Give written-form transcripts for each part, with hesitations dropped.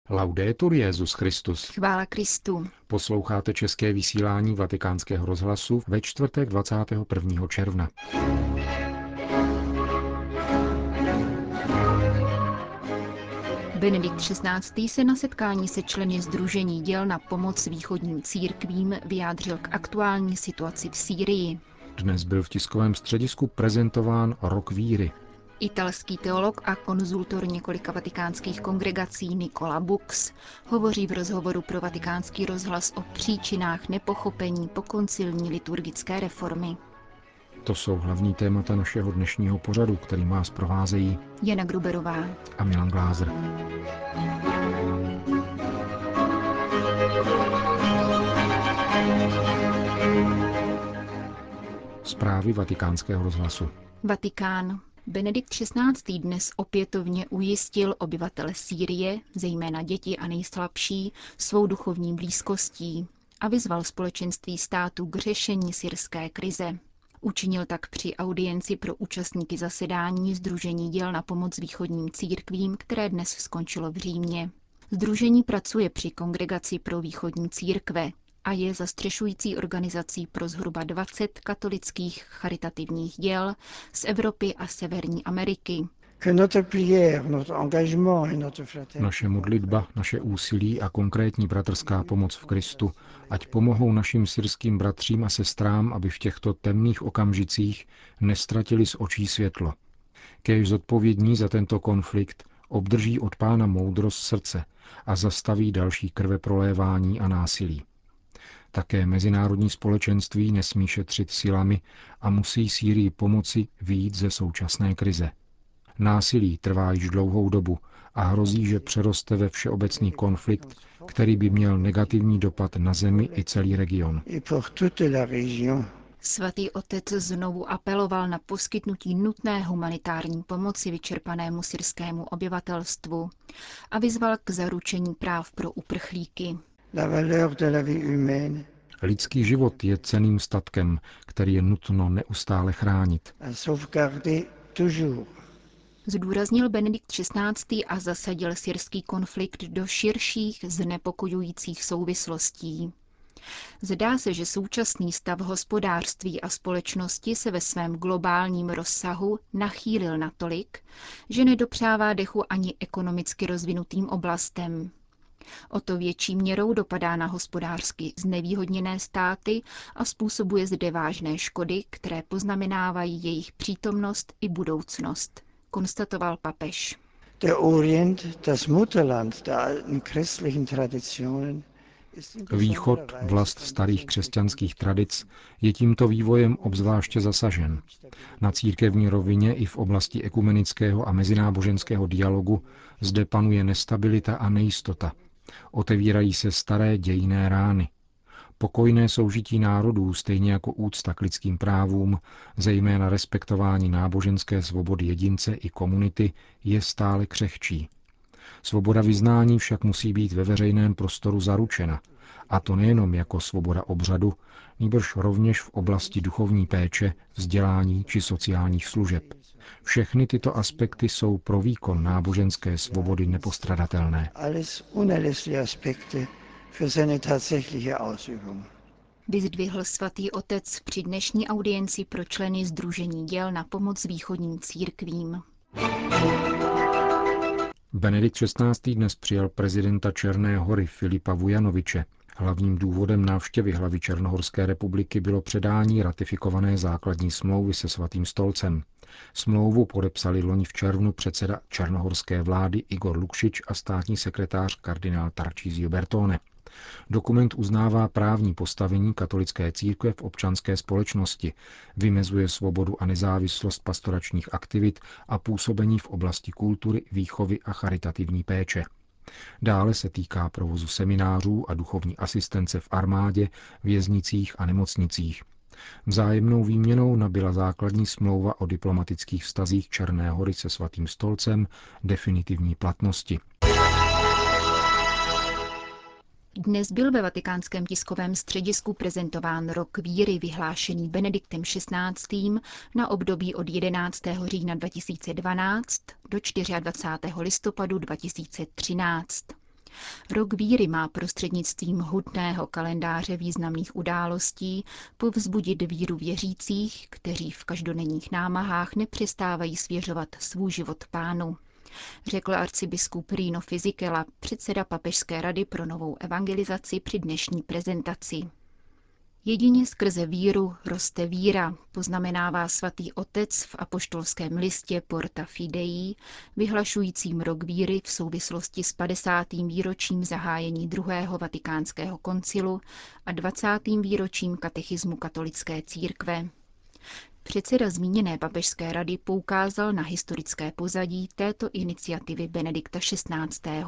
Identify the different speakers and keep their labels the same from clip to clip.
Speaker 1: Laudetur Jesus Christus.
Speaker 2: Chvála Kristu.
Speaker 1: Posloucháte české vysílání Vatikánského rozhlasu ve čtvrtek 21. června.
Speaker 2: Benedikt XVI. Se na setkání se členy Sdružení děl na pomoc východním církvím vyjádřil k aktuální situaci v Sýrii.
Speaker 1: Dnes byl v tiskovém středisku prezentován Rok víry.
Speaker 2: Italský teolog a konzultor několika vatikánských kongregací Nicola Bux hovoří v rozhovoru pro Vatikánský rozhlas o příčinách nepochopení pokoncilní liturgické reformy.
Speaker 1: To jsou hlavní témata našeho dnešního pořadu, který vás provázejí
Speaker 2: Jana Gruberová
Speaker 1: a Milan Glázer. Zprávy Vatikánského rozhlasu.
Speaker 2: Vatikán. Benedikt XVI. Dnes opětovně ujistil obyvatele Sýrie, zejména děti a nejslabší, svou duchovní blízkostí a vyzval společenství států k řešení syrské krize. Učinil tak při audienci pro účastníky zasedání Sdružení děl na pomoc východním církvím, které dnes skončilo v Římě. Sdružení pracuje při Kongregaci pro východní církve a je zastřešující organizací pro zhruba 20 katolických charitativních děl z Evropy a Severní Ameriky.
Speaker 1: Naše modlitba, naše úsilí a konkrétní bratrská pomoc v Kristu, ať pomohou našim syrským bratřím a sestrám, aby v těchto temných okamžicích nestratili z očí světlo. Kéž zodpovědní za tento konflikt obdrží od Pána moudrost srdce a zastaví další krveprolévání a násilí. Také mezinárodní společenství nesmí šetřit silami a musí Sýrii pomoci vyjít ze současné krize. Násilí trvá již dlouhou dobu a hrozí, že přeroste ve všeobecný konflikt, který by měl negativní dopad na zemi i celý region.
Speaker 2: Svatý otec znovu apeloval na poskytnutí nutné humanitární pomoci vyčerpanému syrskému obyvatelstvu a vyzval k zaručení práv pro uprchlíky.
Speaker 1: Lidský život je cenným statkem, který je nutno neustále chránit.
Speaker 2: Zdůraznil Benedikt XVI. A zasadil syrský konflikt do širších znepokojujících souvislostí. Zdá se, že současný stav hospodářství a společnosti se ve svém globálním rozsahu nachýlil natolik, že nedopřává dechu ani ekonomicky rozvinutým oblastem. O to větší měrou dopadá na hospodářsky znevýhodněné státy a způsobuje zde vážné škody, které poznamenávají jejich přítomnost i budoucnost, konstatoval papež.
Speaker 1: Východ, vlast starých křesťanských tradic, je tímto vývojem obzvláště zasažen. Na církevní rovině i v oblasti ekumenického a mezináboženského dialogu zde panuje nestabilita a nejistota. Otevírají se staré dějinné rány. Pokojné soužití národů, stejně jako úcta k lidským právům, zejména respektování náboženské svobody jedince i komunity, je stále křehčí. Svoboda vyznání však musí být ve veřejném prostoru zaručena, a to nejenom jako svoboda obřadu, nýbrž rovněž v oblasti duchovní péče, vzdělání či sociálních služeb. Všechny tyto aspekty jsou pro výkon náboženské svobody nepostradatelné.
Speaker 2: Vyzdvihl svatý otec při dnešní audienci pro členy Sdružení děl na pomoc východním církvím.
Speaker 1: Benedikt XVI. Dnes přijal prezidenta Černé Hory Filipa Vujanoviče. Hlavním důvodem návštěvy hlavy Černohorské republiky bylo předání ratifikované základní smlouvy se Svatým stolcem. Smlouvu podepsali loni v červnu předseda černohorské vlády Igor Lukšič a státní sekretář kardinál Tarcísio Bertone. Dokument uznává právní postavení katolické církve v občanské společnosti, vymezuje svobodu a nezávislost pastoračních aktivit a působení v oblasti kultury, výchovy a charitativní péče. Dále se týká provozu seminářů a duchovní asistence v armádě, věznicích a nemocnicích. Vzájemnou výměnou nabyla základní smlouva o diplomatických vztazích Černé Hory se Svatým stolcem definitivní platnosti.
Speaker 2: Dnes byl ve Vatikánském tiskovém středisku prezentován Rok víry vyhlášený Benediktem XVI. Na období od 11. října 2012 do 24. listopadu 2013. Rok víry má prostřednictvím hutného kalendáře významných událostí povzbudit víru věřících, kteří v každodenních námahách nepřestávají svěřovat svůj život Pánu, řekl arcibiskup Rino Fisichella, předseda Papežské rady pro novou evangelizaci při dnešní prezentaci. Jedině skrze víru roste víra, poznamenává svatý otec v apoštolském listě Porta Fidei, vyhlašujícím rok víry v souvislosti s 50. výročím zahájení druhého vatikánského koncilu a 20. výročím katechismu katolické církve. Předseda zmíněné papežské rady poukázal na historické pozadí této iniciativy Benedikta XVI.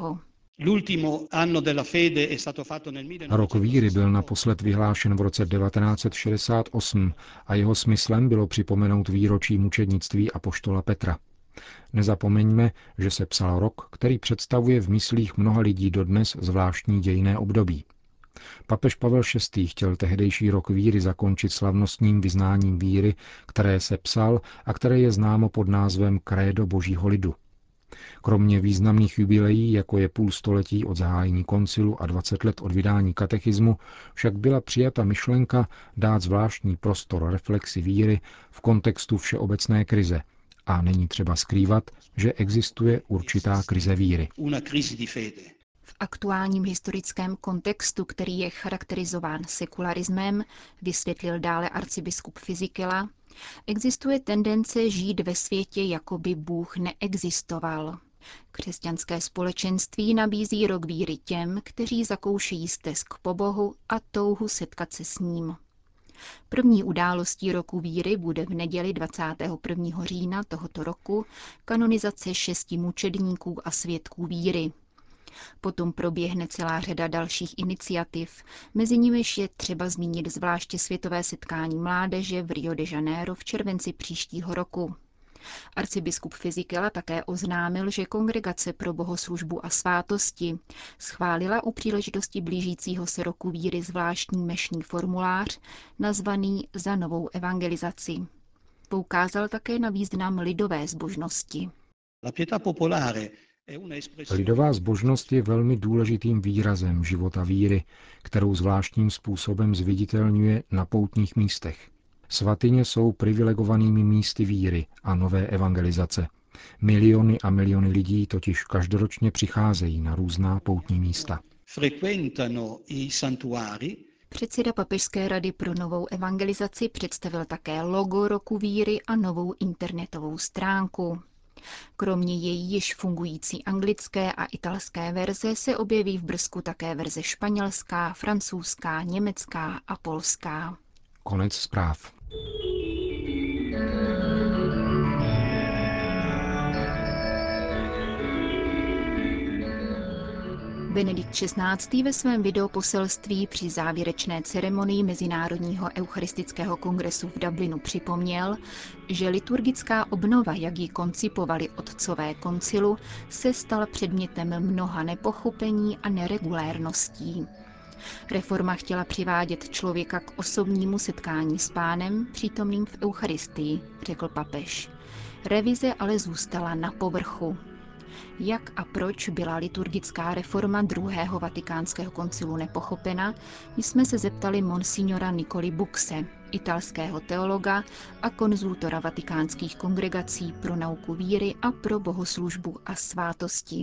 Speaker 1: Rok víry byl naposled vyhlášen v roce 1968 a jeho smyslem bylo připomenout výročí mučednictví apoštola Petra. Nezapomeňme, že se psal rok, který představuje v myslích mnoha lidí dodnes zvláštní dějinné období. Papež Pavel VI. Chtěl tehdejší rok víry zakončit slavnostním vyznáním víry, které se psal a které je známo pod názvem Krédo božího lidu. Kromě významných jubileí, jako je půl století od zahájení koncilu a 20 let od vydání katechismu, však byla přijata myšlenka dát zvláštní prostor reflexi víry v kontextu všeobecné krize. A není třeba skrývat, že existuje určitá krize víry.
Speaker 2: V aktuálním historickém kontextu, který je charakterizován sekularismem, vysvětlil dále arcibiskup Fisichella, existuje tendence žít ve světě, jako by Bůh neexistoval. Křesťanské společenství nabízí rok víry těm, kteří zakoušejí stesk po Bohu a touhu setkat se s ním. První událostí roku víry bude v neděli 21. října tohoto roku kanonizace 6 mučedníků a svědků víry. Potom proběhne celá řada dalších iniciativ, mezi nimiž je třeba zmínit zvláště světové setkání mládeže v Rio de Janeiro v červenci příštího roku. Arcibiskup Fisichella také oznámil, že Kongregace pro bohoslužbu a svátosti schválila u příležitosti blížícího se roku víry zvláštní mešní formulář, nazvaný Za novou evangelizaci. Poukázal také na význam lidové zbožnosti.
Speaker 1: Lidová zbožnost je velmi důležitým výrazem života víry, kterou zvláštním způsobem zviditelňuje na poutních místech. Svatyně jsou privilegovanými místy víry a nové evangelizace. Miliony a miliony lidí totiž každoročně přicházejí na různá poutní místa.
Speaker 2: Předseda Papežské rady pro novou evangelizaci představil také logo roku víry a novou internetovou stránku. Kromě její již fungující anglické a italské verze se objeví v brzku také verze španělská, francouzská, německá a polská.
Speaker 1: Konec zpráv.
Speaker 2: Benedikt XVI. Ve svém videoposelství při závěrečné ceremonii Mezinárodního eucharistického kongresu v Dublinu připomněl, že liturgická obnova, jak ji koncipovali otcové koncilu, se stala předmětem mnoha nepochopení a neregulérností. Reforma chtěla přivádět člověka k osobnímu setkání s Pánem, přítomným v Eucharistii, řekl papež. Revize ale zůstala na povrchu. Jak a proč byla liturgická reforma druhého vatikánského koncilu nepochopena, jsme se zeptali monsignora Nicoli Buxe, italského teologa a konzultora vatikánských kongregací pro nauku víry a pro bohoslužbu a svátosti.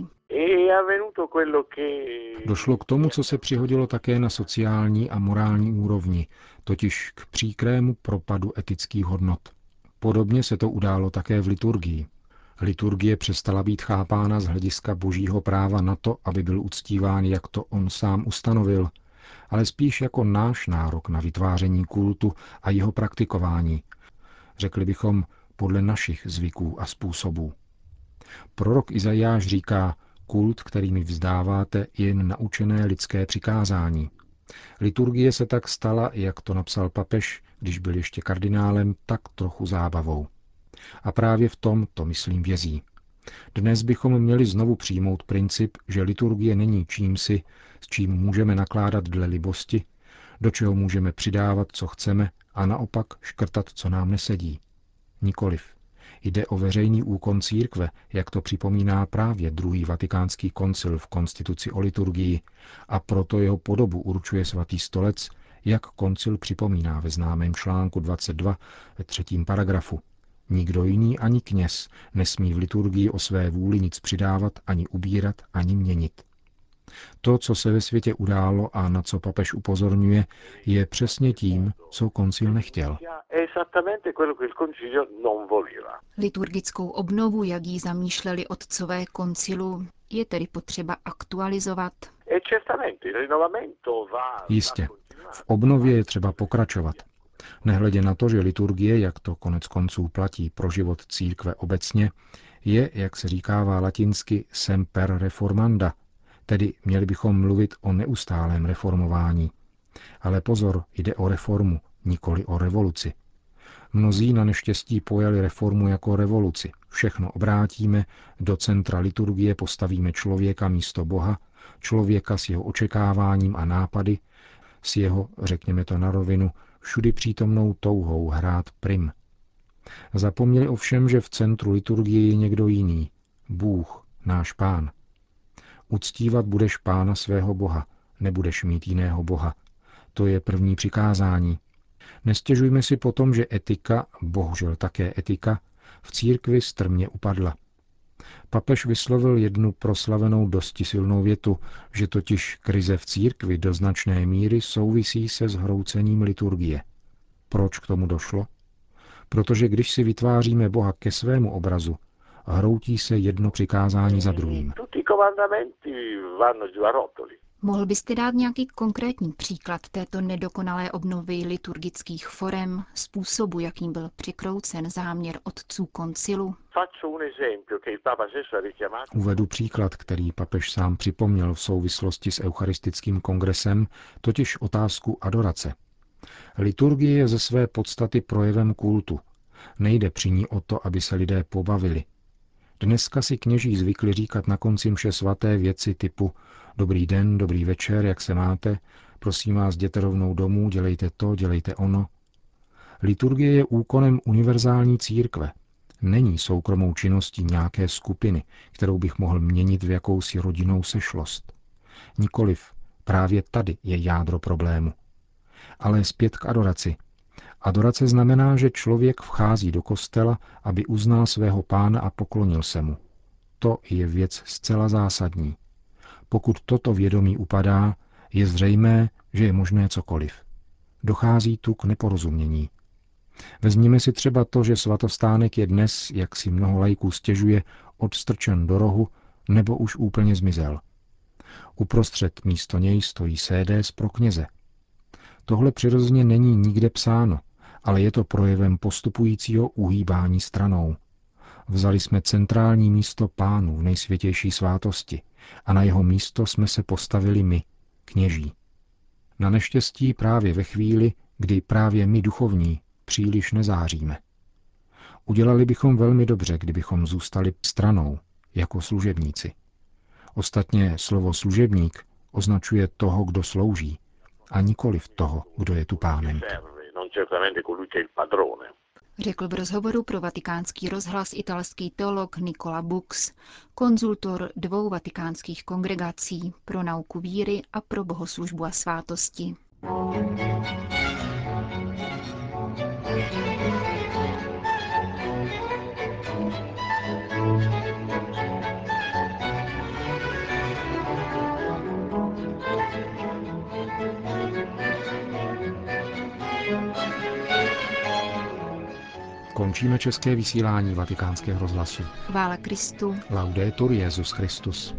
Speaker 1: Došlo k tomu, co se přihodilo také na sociální a morální úrovni, totiž k příkrému propadu etických hodnot. Podobně se to událo také v liturgii. Liturgie přestala být chápána z hlediska božího práva na to, aby byl uctíván, jak to on sám ustanovil, ale spíš jako náš nárok na vytváření kultu a jeho praktikování. Řekli bychom podle našich zvyků a způsobů. Prorok Izajáš říká, kult, který mi vzdáváte, je jen naučené lidské přikázání. Liturgie se tak stala, jak to napsal papež, když byl ještě kardinálem, tak trochu zábavou. A právě v tom to, myslím, vězí. Dnes bychom měli znovu přijmout princip, že liturgie není čímsi, s čím můžeme nakládat dle libosti, do čeho můžeme přidávat, co chceme, a naopak škrtat, co nám nesedí. Nikoliv. Jde o veřejný úkon církve, jak to připomíná právě druhý vatikánský koncil v konstituci o liturgii, a proto jeho podobu určuje svatý stolec, jak koncil připomíná ve známém článku 22 ve 3. paragrafu. Nikdo jiný ani kněz nesmí v liturgii o své vůli nic přidávat, ani ubírat, ani měnit. To, co se ve světě událo a na co papež upozorňuje, je přesně tím, co koncil nechtěl.
Speaker 2: Liturgickou obnovu, jak ji zamýšleli otcové koncilu, je tedy potřeba aktualizovat.
Speaker 1: Jistě, v obnově je třeba pokračovat. Nehledě na to, že liturgie, jak to konec konců platí pro život církve obecně, je, jak se říkává latinsky, semper reformanda, tedy měli bychom mluvit o neustálém reformování. Ale pozor, jde o reformu, nikoli o revoluci. Mnozí na neštěstí pojali reformu jako revoluci. Všechno obrátíme, do centra liturgie postavíme člověka místo Boha, člověka s jeho očekáváním a nápady, s jeho, řekněme to na rovinu, všudy přítomnou touhou hrát prim. Zapomněli ovšem, že v centru liturgie je někdo jiný, Bůh, náš Pán. Uctívat budeš Pána svého Boha, nebudeš mít jiného Boha. To je první přikázání. Nestěžujme si potom, že etika, bohužel také etika, v církvi strmě upadla. Papež vyslovil jednu proslavenou dosti silnou větu, že totiž krize v církvi do značné míry souvisí se zhroucením liturgie. Proč k tomu došlo? Protože když si vytváříme Boha ke svému obrazu, hroutí se jedno přikázání za druhým.
Speaker 2: Mohl byste dát nějaký konkrétní příklad této nedokonalé obnovy liturgických forem, způsobu, jakým byl přikroucen záměr otců koncilu?
Speaker 1: Uvedu příklad, který papež sám připomněl v souvislosti s eucharistickým kongresem, totiž otázku adorace. Liturgie je ze své podstaty projevem kultu. Nejde při ní o to, aby se lidé pobavili. Dneska si kněží zvykli říkat na konci mše svaté věci typu dobrý den, dobrý večer, jak se máte, prosím vás, jděte rovnou domů, dělejte to, dělejte ono. Liturgie je úkonem univerzální církve. Není soukromou činností nějaké skupiny, kterou bych mohl měnit v jakousi rodinnou sešlost. Nikoliv, právě tady je jádro problému. Ale zpět k adoraci. Adorace znamená, že člověk vchází do kostela, aby uznal svého Pána a poklonil se mu. To je věc zcela zásadní. Pokud toto vědomí upadá, je zřejmé, že je možné cokoliv. Dochází tu k neporozumění. Vezměme si třeba to, že svatostánek je dnes, jak si mnoho laiků stěžuje, odstrčen do rohu nebo už úplně zmizel. Uprostřed místo něj stojí sédés pro kněze. Tohle přirozeně není nikde psáno, ale je to projevem postupujícího uhýbání stranou. Vzali jsme centrální místo Pánu v nejsvětější svátosti a na jeho místo jsme se postavili my, kněží. Na neštěstí právě ve chvíli, kdy právě my duchovní příliš nezáříme. Udělali bychom velmi dobře, kdybychom zůstali stranou, jako služebníci. Ostatně slovo služebník označuje toho, kdo slouží, a nikoliv toho, kdo je tu pánem.
Speaker 2: Řekl v rozhovoru pro Vatikánský rozhlas italský teolog Nicola Bux, konzultor 2 vatikánských kongregací pro nauku víry a pro bohoslužbu a svátosti.
Speaker 1: Končíme české vysílání Vatikánského rozhlasu.
Speaker 2: Chvála Kristu.
Speaker 1: Laudetur Jesus Christus.